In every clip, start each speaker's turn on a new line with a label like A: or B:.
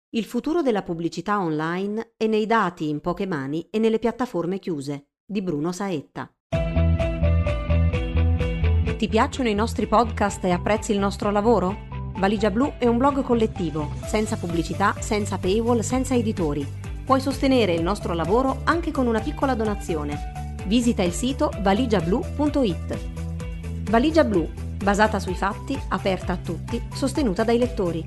A: Il futuro della pubblicità online è nei dati in poche mani e nelle piattaforme chiuse, di Bruno Saetta. Ti piacciono i nostri podcast e apprezzi il nostro lavoro? Valigia Blu è un blog collettivo, senza pubblicità, senza paywall, senza editori. Puoi sostenere il nostro lavoro anche con una piccola donazione. Visita il sito valigiablu.it. Valigia Blu, basata sui fatti, aperta a tutti, sostenuta dai lettori.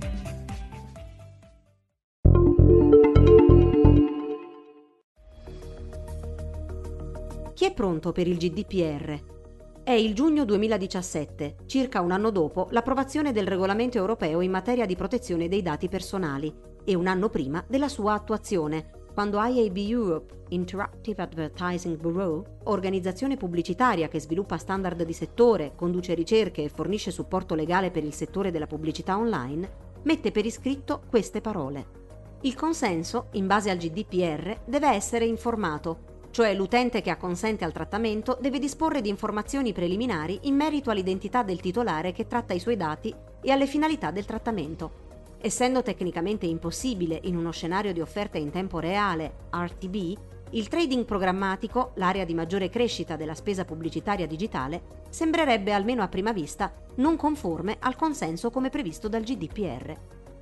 A: Chi è pronto per il GDPR? È il giugno 2017, circa un anno dopo l'approvazione del regolamento europeo in materia di protezione dei dati personali e un anno prima della sua attuazione, quando IAB Europe, Interactive Advertising Bureau, organizzazione pubblicitaria che sviluppa standard di settore, conduce ricerche e fornisce supporto legale per il settore della pubblicità online, mette per iscritto queste parole. Il consenso, in base al GDPR, deve essere informato, cioè l'utente che acconsente al trattamento deve disporre di informazioni preliminari in merito all'identità del titolare che tratta i suoi dati e alle finalità del trattamento. Essendo tecnicamente impossibile in uno scenario di offerta in tempo reale, RTB, il trading programmatico, l'area di maggiore crescita della spesa pubblicitaria digitale, sembrerebbe almeno a prima vista non conforme al consenso come previsto dal GDPR.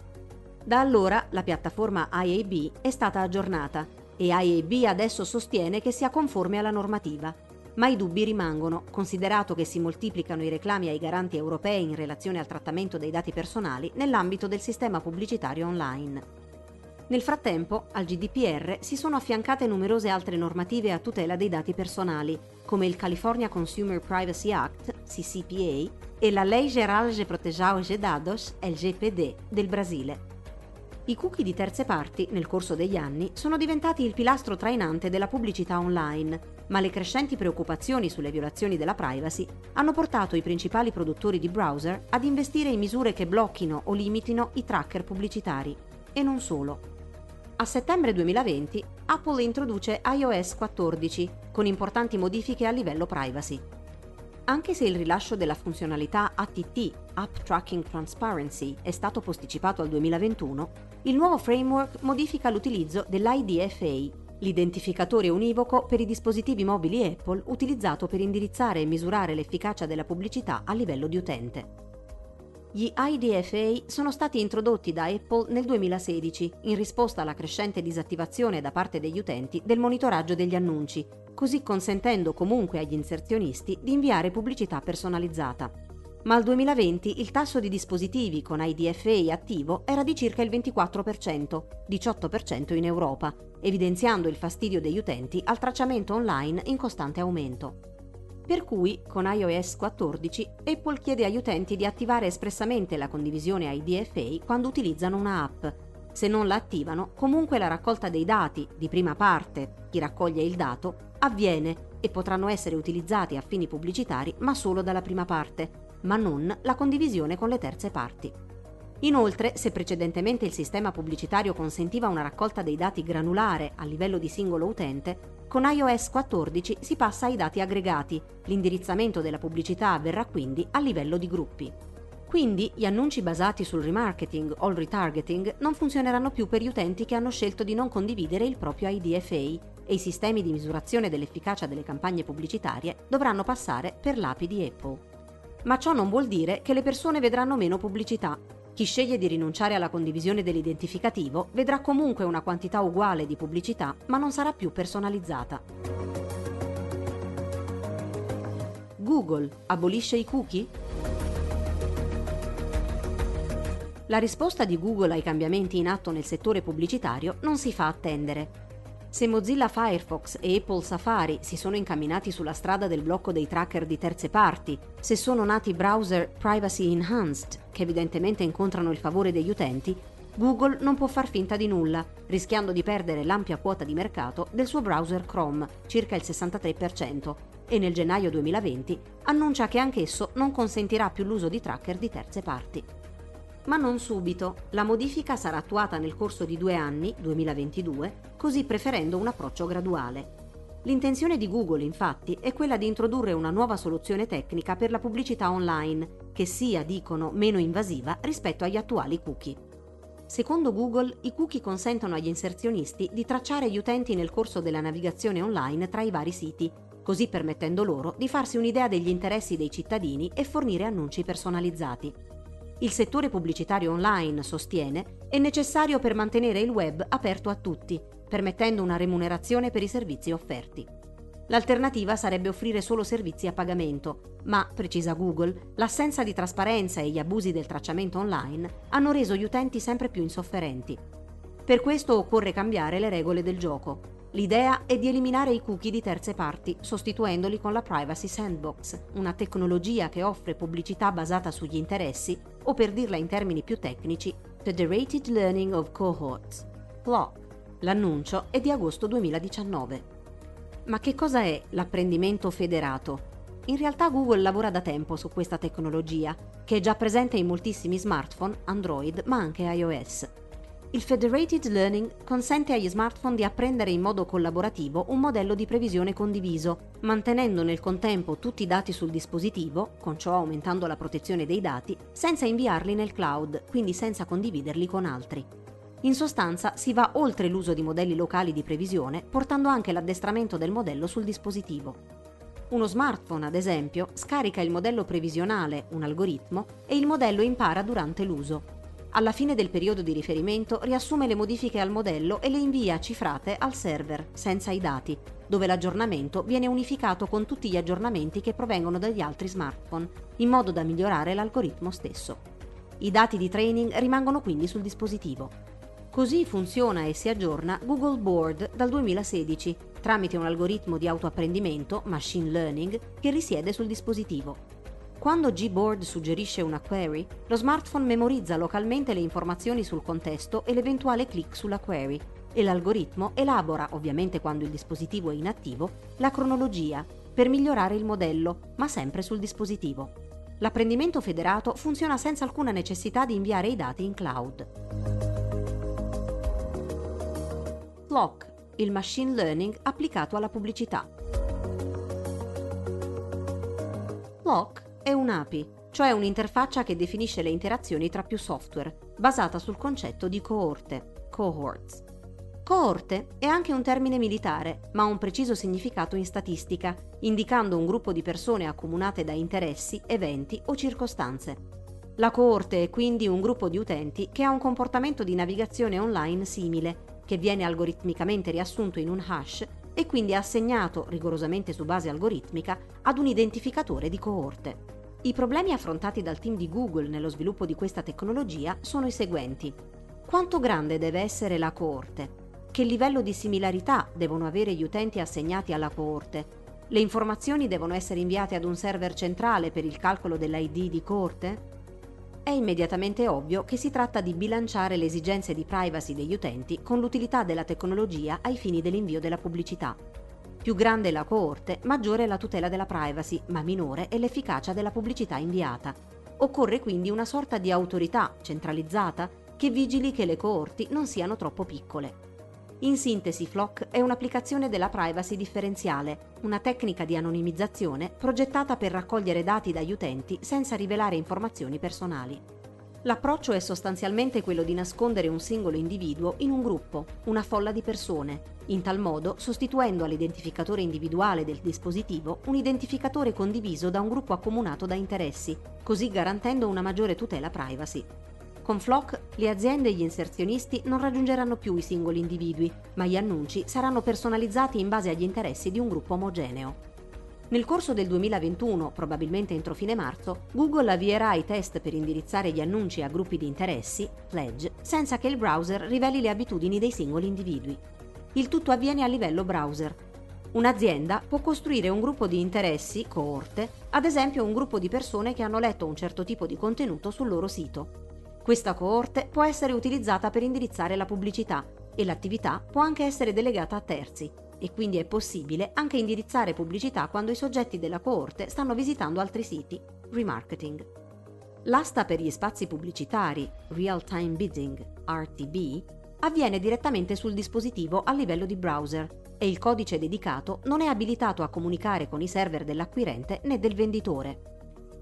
A: Da allora la piattaforma IAB è stata aggiornata e IAB adesso sostiene che sia conforme alla normativa, ma i dubbi rimangono, considerato che si moltiplicano i reclami ai garanti europei in relazione al trattamento dei dati personali nell'ambito del sistema pubblicitario online. Nel frattempo, al GDPR si sono affiancate numerose altre normative a tutela dei dati personali, come il California Consumer Privacy Act, CCPA, e la Lei Geral de Proteção de Dados, LGPD, del Brasile. I cookie di terze parti, nel corso degli anni, sono diventati il pilastro trainante della pubblicità online, ma le crescenti preoccupazioni sulle violazioni della privacy hanno portato i principali produttori di browser ad investire in misure che blocchino o limitino i tracker pubblicitari. E non solo. A settembre 2020, Apple introduce iOS 14, con importanti modifiche a livello privacy. Anche se il rilascio della funzionalità ATT, App Tracking Transparency, è stato posticipato al 2021, il nuovo framework modifica l'utilizzo dell'IDFA, l'identificatore univoco per i dispositivi mobili Apple utilizzato per indirizzare e misurare l'efficacia della pubblicità a livello di utente. Gli IDFA sono stati introdotti da Apple nel 2016 in risposta alla crescente disattivazione da parte degli utenti del monitoraggio degli annunci, così consentendo comunque agli inserzionisti di inviare pubblicità personalizzata. Ma al 2020 il tasso di dispositivi con IDFA attivo era di circa il 24%, 18% in Europa, evidenziando il fastidio degli utenti al tracciamento online in costante aumento. Per cui, con iOS 14, Apple chiede agli utenti di attivare espressamente la condivisione IDFA quando utilizzano una app. Se non la attivano, comunque la raccolta dei dati, di prima parte, chi raccoglie il dato, avviene e potranno essere utilizzati a fini pubblicitari ma solo dalla prima parte, ma non la condivisione con le terze parti. Inoltre, se precedentemente il sistema pubblicitario consentiva una raccolta dei dati granulare a livello di singolo utente, con iOS 14 si passa ai dati aggregati, l'indirizzamento della pubblicità avverrà quindi a livello di gruppi. Quindi gli annunci basati sul remarketing o il retargeting non funzioneranno più per gli utenti che hanno scelto di non condividere il proprio IDFA e i sistemi di misurazione dell'efficacia delle campagne pubblicitarie dovranno passare per l'API di Apple. Ma ciò non vuol dire che le persone vedranno meno pubblicità. Chi sceglie di rinunciare alla condivisione dell'identificativo vedrà comunque una quantità uguale di pubblicità, ma non sarà più personalizzata. Google abolisce i cookie? La risposta di Google ai cambiamenti in atto nel settore pubblicitario non si fa attendere. Se Mozilla Firefox e Apple Safari si sono incamminati sulla strada del blocco dei tracker di terze parti, se sono nati browser privacy enhanced, che evidentemente incontrano il favore degli utenti, Google non può far finta di nulla, rischiando di perdere l'ampia quota di mercato del suo browser Chrome, circa il 63%, e nel gennaio 2020 annuncia che anch'esso non consentirà più l'uso di tracker di terze parti. Ma non subito, la modifica sarà attuata nel corso di 2 anni, 2022, così preferendo un approccio graduale. L'intenzione di Google, infatti, è quella di introdurre una nuova soluzione tecnica per la pubblicità online, che sia, dicono, meno invasiva rispetto agli attuali cookie. Secondo Google, i cookie consentono agli inserzionisti di tracciare gli utenti nel corso della navigazione online tra i vari siti, così permettendo loro di farsi un'idea degli interessi dei cittadini e fornire annunci personalizzati. Il settore pubblicitario online, sostiene, è necessario per mantenere il web aperto a tutti, permettendo una remunerazione per i servizi offerti. L'alternativa sarebbe offrire solo servizi a pagamento, ma, precisa Google, l'assenza di trasparenza e gli abusi del tracciamento online hanno reso gli utenti sempre più insofferenti. Per questo occorre cambiare le regole del gioco. L'idea è di eliminare i cookie di terze parti, sostituendoli con la Privacy Sandbox, una tecnologia che offre pubblicità basata sugli interessi, o per dirla in termini più tecnici, Federated Learning of Cohorts, FLoC. L'annuncio è di agosto 2019. Ma che cosa è l'apprendimento federato? In realtà Google lavora da tempo su questa tecnologia, che è già presente in moltissimi smartphone, Android, ma anche iOS. Il Federated Learning consente agli smartphone di apprendere in modo collaborativo un modello di previsione condiviso, mantenendo nel contempo tutti i dati sul dispositivo, con ciò aumentando la protezione dei dati, senza inviarli nel cloud, quindi senza condividerli con altri. In sostanza si va oltre l'uso di modelli locali di previsione, portando anche l'addestramento del modello sul dispositivo. Uno smartphone, ad esempio, scarica il modello previsionale, un algoritmo, e il modello impara durante l'uso. Alla fine del periodo di riferimento riassume le modifiche al modello e le invia cifrate al server, senza i dati, dove l'aggiornamento viene unificato con tutti gli aggiornamenti che provengono dagli altri smartphone, in modo da migliorare l'algoritmo stesso. I dati di training rimangono quindi sul dispositivo. Così funziona e si aggiorna Google Board dal 2016, tramite un algoritmo di autoapprendimento, machine learning, che risiede sul dispositivo. Quando Gboard suggerisce una query, lo smartphone memorizza localmente le informazioni sul contesto e l'eventuale click sulla query, e l'algoritmo elabora, ovviamente quando il dispositivo è inattivo, la cronologia, per migliorare il modello, ma sempre sul dispositivo. L'apprendimento federato funziona senza alcuna necessità di inviare i dati in cloud. FLoC, il machine learning applicato alla pubblicità. FLoC è un'API, cioè un'interfaccia che definisce le interazioni tra più software, basata sul concetto di coorte, cohorts. Coorte è anche un termine militare, ma ha un preciso significato in statistica, indicando un gruppo di persone accomunate da interessi, eventi o circostanze. La coorte è quindi un gruppo di utenti che ha un comportamento di navigazione online simile, che viene algoritmicamente riassunto in un hash e quindi assegnato, rigorosamente su base algoritmica, ad un identificatore di coorte. I problemi affrontati dal team di Google nello sviluppo di questa tecnologia sono i seguenti. Quanto grande deve essere la coorte? Che livello di similarità devono avere gli utenti assegnati alla coorte? Le informazioni devono essere inviate ad un server centrale per il calcolo dell'ID di coorte? È immediatamente ovvio che si tratta di bilanciare le esigenze di privacy degli utenti con l'utilità della tecnologia ai fini dell'invio della pubblicità. Più grande è la coorte, maggiore è la tutela della privacy, ma minore è l'efficacia della pubblicità inviata. Occorre quindi una sorta di autorità centralizzata che vigili che le coorti non siano troppo piccole. In sintesi, FLoC è un'applicazione della privacy differenziale, una tecnica di anonimizzazione progettata per raccogliere dati dagli utenti senza rivelare informazioni personali. L'approccio è sostanzialmente quello di nascondere un singolo individuo in un gruppo, una folla di persone, in tal modo sostituendo all'identificatore individuale del dispositivo un identificatore condiviso da un gruppo accomunato da interessi, così garantendo una maggiore tutela privacy. Con FLoC le aziende e gli inserzionisti non raggiungeranno più i singoli individui, ma gli annunci saranno personalizzati in base agli interessi di un gruppo omogeneo. Nel corso del 2021, probabilmente entro fine marzo, Google avvierà i test per indirizzare gli annunci a gruppi di interessi, pledge, senza che il browser riveli le abitudini dei singoli individui. Il tutto avviene a livello browser. Un'azienda può costruire un gruppo di interessi, coorte, ad esempio un gruppo di persone che hanno letto un certo tipo di contenuto sul loro sito. Questa coorte può essere utilizzata per indirizzare la pubblicità e l'attività può anche essere delegata a terzi e quindi è possibile anche indirizzare pubblicità quando i soggetti della coorte stanno visitando altri siti, remarketing. L'asta per gli spazi pubblicitari, Real Time Bidding, RTB, avviene direttamente sul dispositivo a livello di browser e il codice dedicato non è abilitato a comunicare con i server dell'acquirente né del venditore.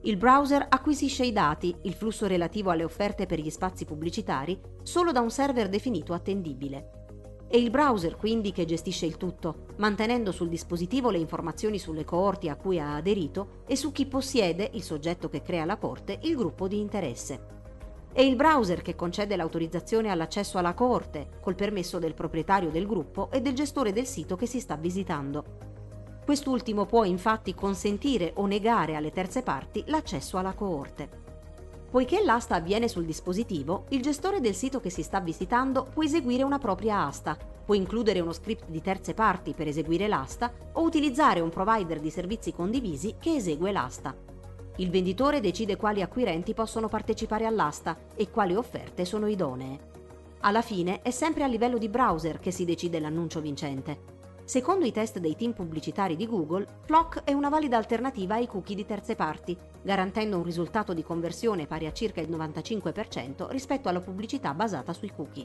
A: Il browser acquisisce i dati, il flusso relativo alle offerte per gli spazi pubblicitari, solo da un server definito attendibile. È il browser quindi che gestisce il tutto, mantenendo sul dispositivo le informazioni sulle coorti a cui ha aderito e su chi possiede, il soggetto che crea la coorte, il gruppo di interesse. È il browser che concede l'autorizzazione all'accesso alla coorte, col permesso del proprietario del gruppo e del gestore del sito che si sta visitando. Quest'ultimo può infatti consentire o negare alle terze parti l'accesso alla coorte. Poiché l'asta avviene sul dispositivo, il gestore del sito che si sta visitando può eseguire una propria asta, può includere uno script di terze parti per eseguire l'asta o utilizzare un provider di servizi condivisi che esegue l'asta. Il venditore decide quali acquirenti possono partecipare all'asta e quali offerte sono idonee. Alla fine è sempre a livello di browser che si decide l'annuncio vincente. Secondo i test dei team pubblicitari di Google, Flock è una valida alternativa ai cookie di terze parti, garantendo un risultato di conversione pari a circa il 95% rispetto alla pubblicità basata sui cookie.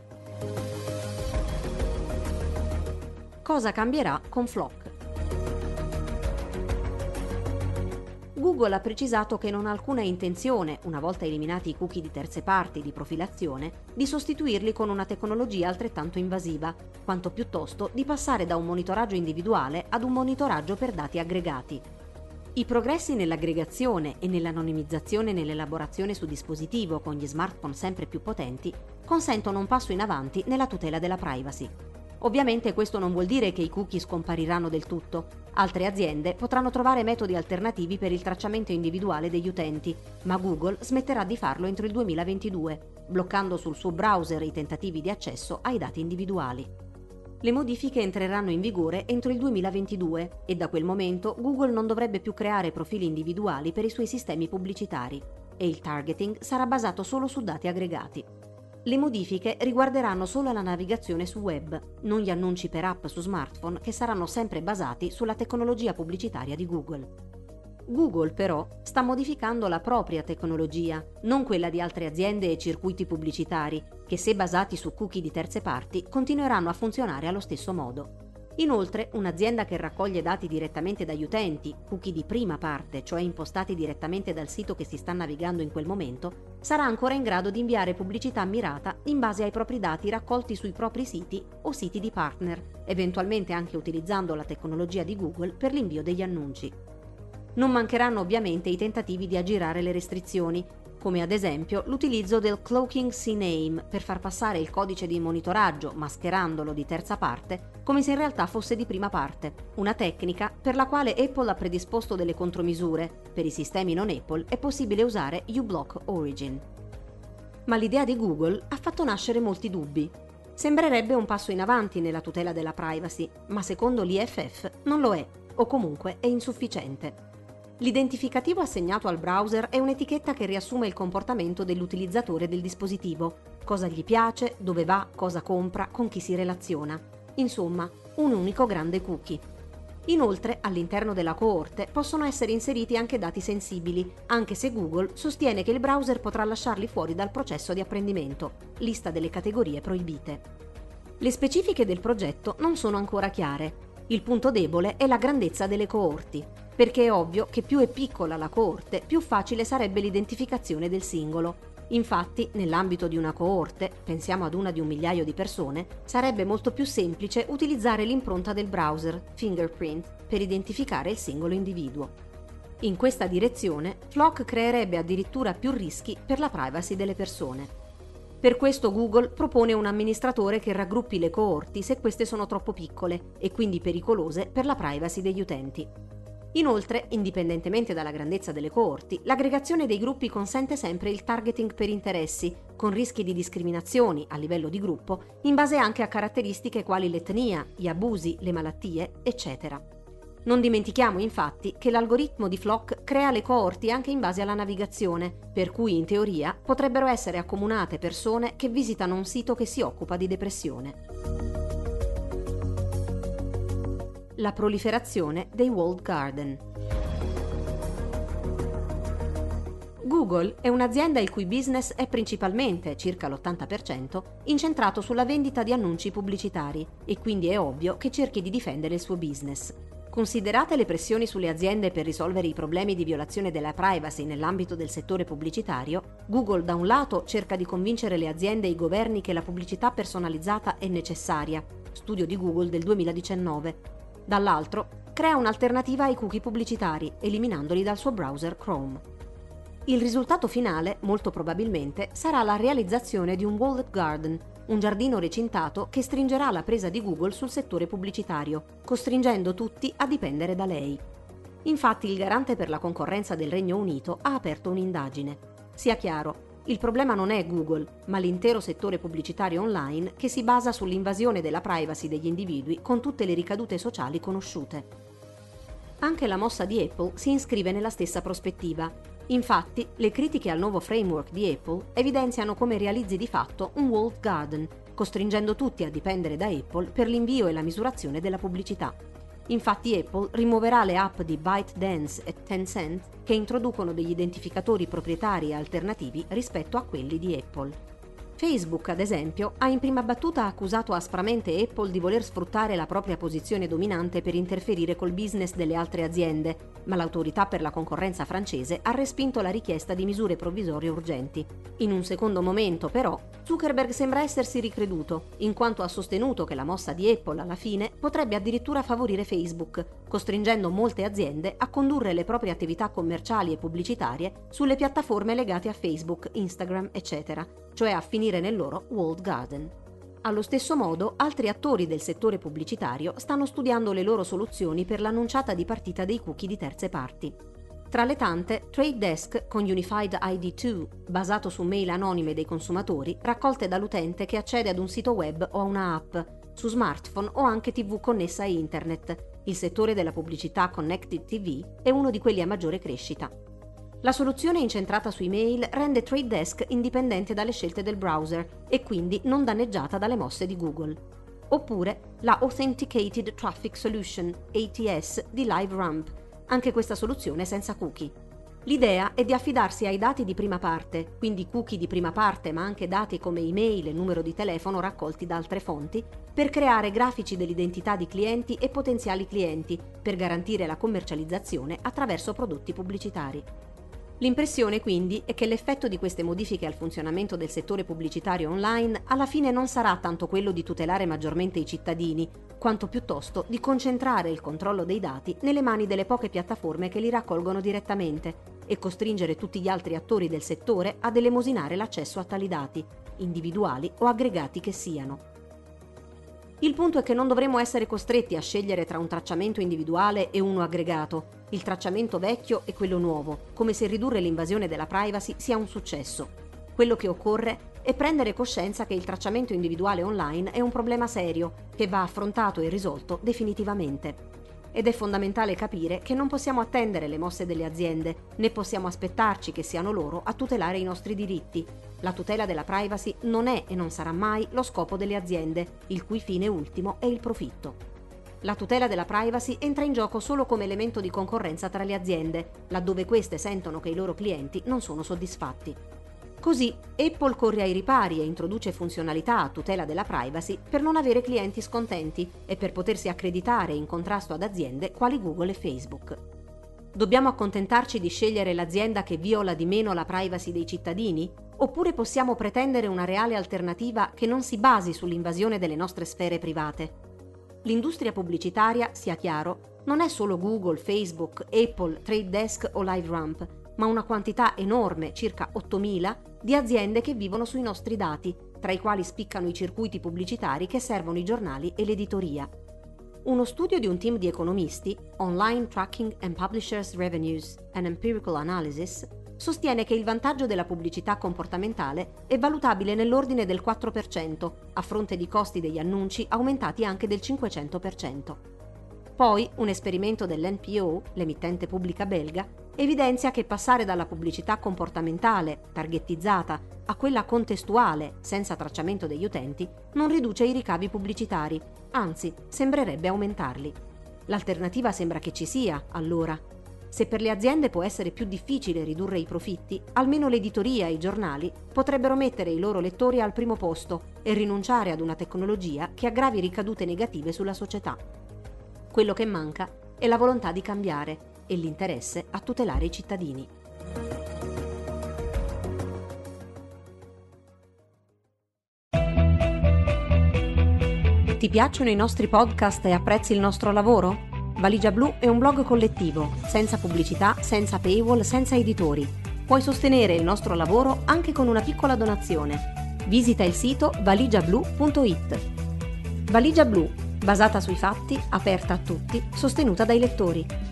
A: Cosa cambierà con Flock? Google ha precisato che non ha alcuna intenzione, una volta eliminati i cookie di terze parti di profilazione, di sostituirli con una tecnologia altrettanto invasiva, quanto piuttosto di passare da un monitoraggio individuale ad un monitoraggio per dati aggregati. I progressi nell'aggregazione e nell'anonimizzazione nell'elaborazione su dispositivo con gli smartphone sempre più potenti consentono un passo in avanti nella tutela della privacy. Ovviamente questo non vuol dire che i cookie scompariranno del tutto. Altre aziende potranno trovare metodi alternativi per il tracciamento individuale degli utenti, ma Google smetterà di farlo entro il 2022, bloccando sul suo browser i tentativi di accesso ai dati individuali. Le modifiche entreranno in vigore entro il 2022 e da quel momento Google non dovrebbe più creare profili individuali per i suoi sistemi pubblicitari e il targeting sarà basato solo su dati aggregati. Le modifiche riguarderanno solo la navigazione su web, non gli annunci per app su smartphone che saranno sempre basati sulla tecnologia pubblicitaria di Google. Google però sta modificando la propria tecnologia, non quella di altre aziende e circuiti pubblicitari, che se basati su cookie di terze parti continueranno a funzionare allo stesso modo. Inoltre, un'azienda che raccoglie dati direttamente dagli utenti, cookie di prima parte, cioè impostati direttamente dal sito che si sta navigando in quel momento, sarà ancora in grado di inviare pubblicità mirata in base ai propri dati raccolti sui propri siti o siti di partner, eventualmente anche utilizzando la tecnologia di Google per l'invio degli annunci. Non mancheranno ovviamente i tentativi di aggirare le restrizioni, come ad esempio l'utilizzo del cloaking CNAME per far passare il codice di monitoraggio, mascherandolo di terza parte, come se in realtà fosse di prima parte, una tecnica per la quale Apple ha predisposto delle contromisure. Per i sistemi non Apple è possibile usare uBlock Origin. Ma l'idea di Google ha fatto nascere molti dubbi. Sembrerebbe un passo in avanti nella tutela della privacy, ma secondo l'IFF non lo è, o comunque è insufficiente. L'identificativo assegnato al browser è un'etichetta che riassume il comportamento dell'utilizzatore del dispositivo, cosa gli piace, dove va, cosa compra, con chi si relaziona. Insomma, un unico grande cookie. Inoltre, all'interno della coorte possono essere inseriti anche dati sensibili, anche se Google sostiene che il browser potrà lasciarli fuori dal processo di apprendimento, lista delle categorie proibite. Le specifiche del progetto non sono ancora chiare. Il punto debole è la grandezza delle coorti, perché è ovvio che più è piccola la coorte, più facile sarebbe l'identificazione del singolo. Infatti, nell'ambito di una coorte, pensiamo ad una di 1 migliaio di persone, sarebbe molto più semplice utilizzare l'impronta del browser, fingerprint, per identificare il singolo individuo. In questa direzione, Flock creerebbe addirittura più rischi per la privacy delle persone. Per questo Google propone un amministratore che raggruppi le coorti se queste sono troppo piccole e quindi pericolose per la privacy degli utenti. Inoltre, indipendentemente dalla grandezza delle coorti, l'aggregazione dei gruppi consente sempre il targeting per interessi, con rischi di discriminazioni a livello di gruppo, in base anche a caratteristiche quali l'etnia, gli abusi, le malattie, eccetera. Non dimentichiamo infatti che l'algoritmo di Flock crea le coorti anche in base alla navigazione, per cui in teoria potrebbero essere accomunate persone che visitano un sito che si occupa di depressione. La proliferazione dei walled garden. Google è un'azienda il cui business è principalmente, circa l'80%, incentrato sulla vendita di annunci pubblicitari e quindi è ovvio che cerchi di difendere il suo business. Considerate le pressioni sulle aziende per risolvere i problemi di violazione della privacy nell'ambito del settore pubblicitario, Google da un lato cerca di convincere le aziende e i governi che la pubblicità personalizzata è necessaria, studio di Google del 2019. Dall'altro, crea un'alternativa ai cookie pubblicitari, eliminandoli dal suo browser Chrome. Il risultato finale, molto probabilmente, sarà la realizzazione di un walled garden, un giardino recintato che stringerà la presa di Google sul settore pubblicitario, costringendo tutti a dipendere da lei. Infatti il garante per la concorrenza del Regno Unito ha aperto un'indagine. Sia chiaro, il problema non è Google, ma l'intero settore pubblicitario online che si basa sull'invasione della privacy degli individui con tutte le ricadute sociali conosciute. Anche la mossa di Apple si iscrive nella stessa prospettiva. Infatti, le critiche al nuovo framework di Apple evidenziano come realizzi di fatto un walled garden, costringendo tutti a dipendere da Apple per l'invio e la misurazione della pubblicità. Infatti Apple rimuoverà le app di ByteDance e Tencent che introducono degli identificatori proprietari e alternativi rispetto a quelli di Apple. Facebook, ad esempio, ha in prima battuta accusato aspramente Apple di voler sfruttare la propria posizione dominante per interferire col business delle altre aziende, ma l'autorità per la concorrenza francese ha respinto la richiesta di misure provvisorie urgenti. In un secondo momento, però, Zuckerberg sembra essersi ricreduto, in quanto ha sostenuto che la mossa di Apple alla fine potrebbe addirittura favorire Facebook, costringendo molte aziende a condurre le proprie attività commerciali e pubblicitarie sulle piattaforme legate a Facebook, Instagram, eccetera, cioè a finire nel loro walled garden. Allo stesso modo, altri attori del settore pubblicitario stanno studiando le loro soluzioni per l'annunciata dipartita dei cookie di terze parti. Tra le tante, Trade Desk con Unified ID2, basato su mail anonime dei consumatori raccolte dall'utente che accede ad un sito web o a una app, su smartphone o anche TV connessa a internet. Il settore della pubblicità Connected TV è uno di quelli a maggiore crescita. La soluzione incentrata sui mail rende Trade Desk indipendente dalle scelte del browser e quindi non danneggiata dalle mosse di Google. Oppure la Authenticated Traffic Solution, ATS, di LiveRamp, anche questa soluzione senza cookie. L'idea è di affidarsi ai dati di prima parte, quindi cookie di prima parte ma anche dati come email e numero di telefono raccolti da altre fonti, per creare grafici dell'identità di clienti e potenziali clienti, per garantire la commercializzazione attraverso prodotti pubblicitari. L'impressione quindi è che l'effetto di queste modifiche al funzionamento del settore pubblicitario online alla fine non sarà tanto quello di tutelare maggiormente i cittadini, quanto piuttosto di concentrare il controllo dei dati nelle mani delle poche piattaforme che li raccolgono direttamente e costringere tutti gli altri attori del settore ad elemosinare l'accesso a tali dati, individuali o aggregati che siano. Il punto è che non dovremo essere costretti a scegliere tra un tracciamento individuale e uno aggregato, il tracciamento vecchio e quello nuovo, come se ridurre l'invasione della privacy sia un successo. Quello che occorre è prendere coscienza che il tracciamento individuale online è un problema serio, che va affrontato e risolto definitivamente. Ed è fondamentale capire che non possiamo attendere le mosse delle aziende, né possiamo aspettarci che siano loro a tutelare i nostri diritti. La tutela della privacy non è e non sarà mai lo scopo delle aziende, il cui fine ultimo è il profitto. La tutela della privacy entra in gioco solo come elemento di concorrenza tra le aziende, laddove queste sentono che i loro clienti non sono soddisfatti. Così Apple corre ai ripari e introduce funzionalità a tutela della privacy per non avere clienti scontenti e per potersi accreditare in contrasto ad aziende quali Google e Facebook. Dobbiamo accontentarci di scegliere l'azienda che viola di meno la privacy dei cittadini? Oppure possiamo pretendere una reale alternativa che non si basi sull'invasione delle nostre sfere private? L'industria pubblicitaria, sia chiaro, non è solo Google, Facebook, Apple, Trade Desk o LiveRamp, ma una quantità enorme, circa 8.000, di aziende che vivono sui nostri dati, tra i quali spiccano i circuiti pubblicitari che servono i giornali e l'editoria. Uno studio di un team di economisti, Online Tracking and Publishers Revenues, an Empirical Analysis, sostiene che il vantaggio della pubblicità comportamentale è valutabile nell'ordine del 4%, a fronte di costi degli annunci aumentati anche del 500%. Poi, un esperimento dell'NPO, l'emittente pubblica belga, evidenzia che passare dalla pubblicità comportamentale, targettizzata, a quella contestuale, senza tracciamento degli utenti, non riduce i ricavi pubblicitari, anzi, sembrerebbe aumentarli. L'alternativa sembra che ci sia, allora. Se per le aziende può essere più difficile ridurre i profitti, almeno l'editoria e i giornali potrebbero mettere i loro lettori al primo posto e rinunciare ad una tecnologia che aggravi ricadute negative sulla società. Quello che manca e la volontà di cambiare e l'interesse a tutelare i cittadini. Ti piacciono i nostri podcast e apprezzi il nostro lavoro? Valigia Blu è un blog collettivo, senza pubblicità, senza paywall, senza editori. Puoi sostenere il nostro lavoro anche con una piccola donazione. Visita il sito valigiablu.it. Valigia Blu, basata sui fatti, aperta a tutti, sostenuta dai lettori.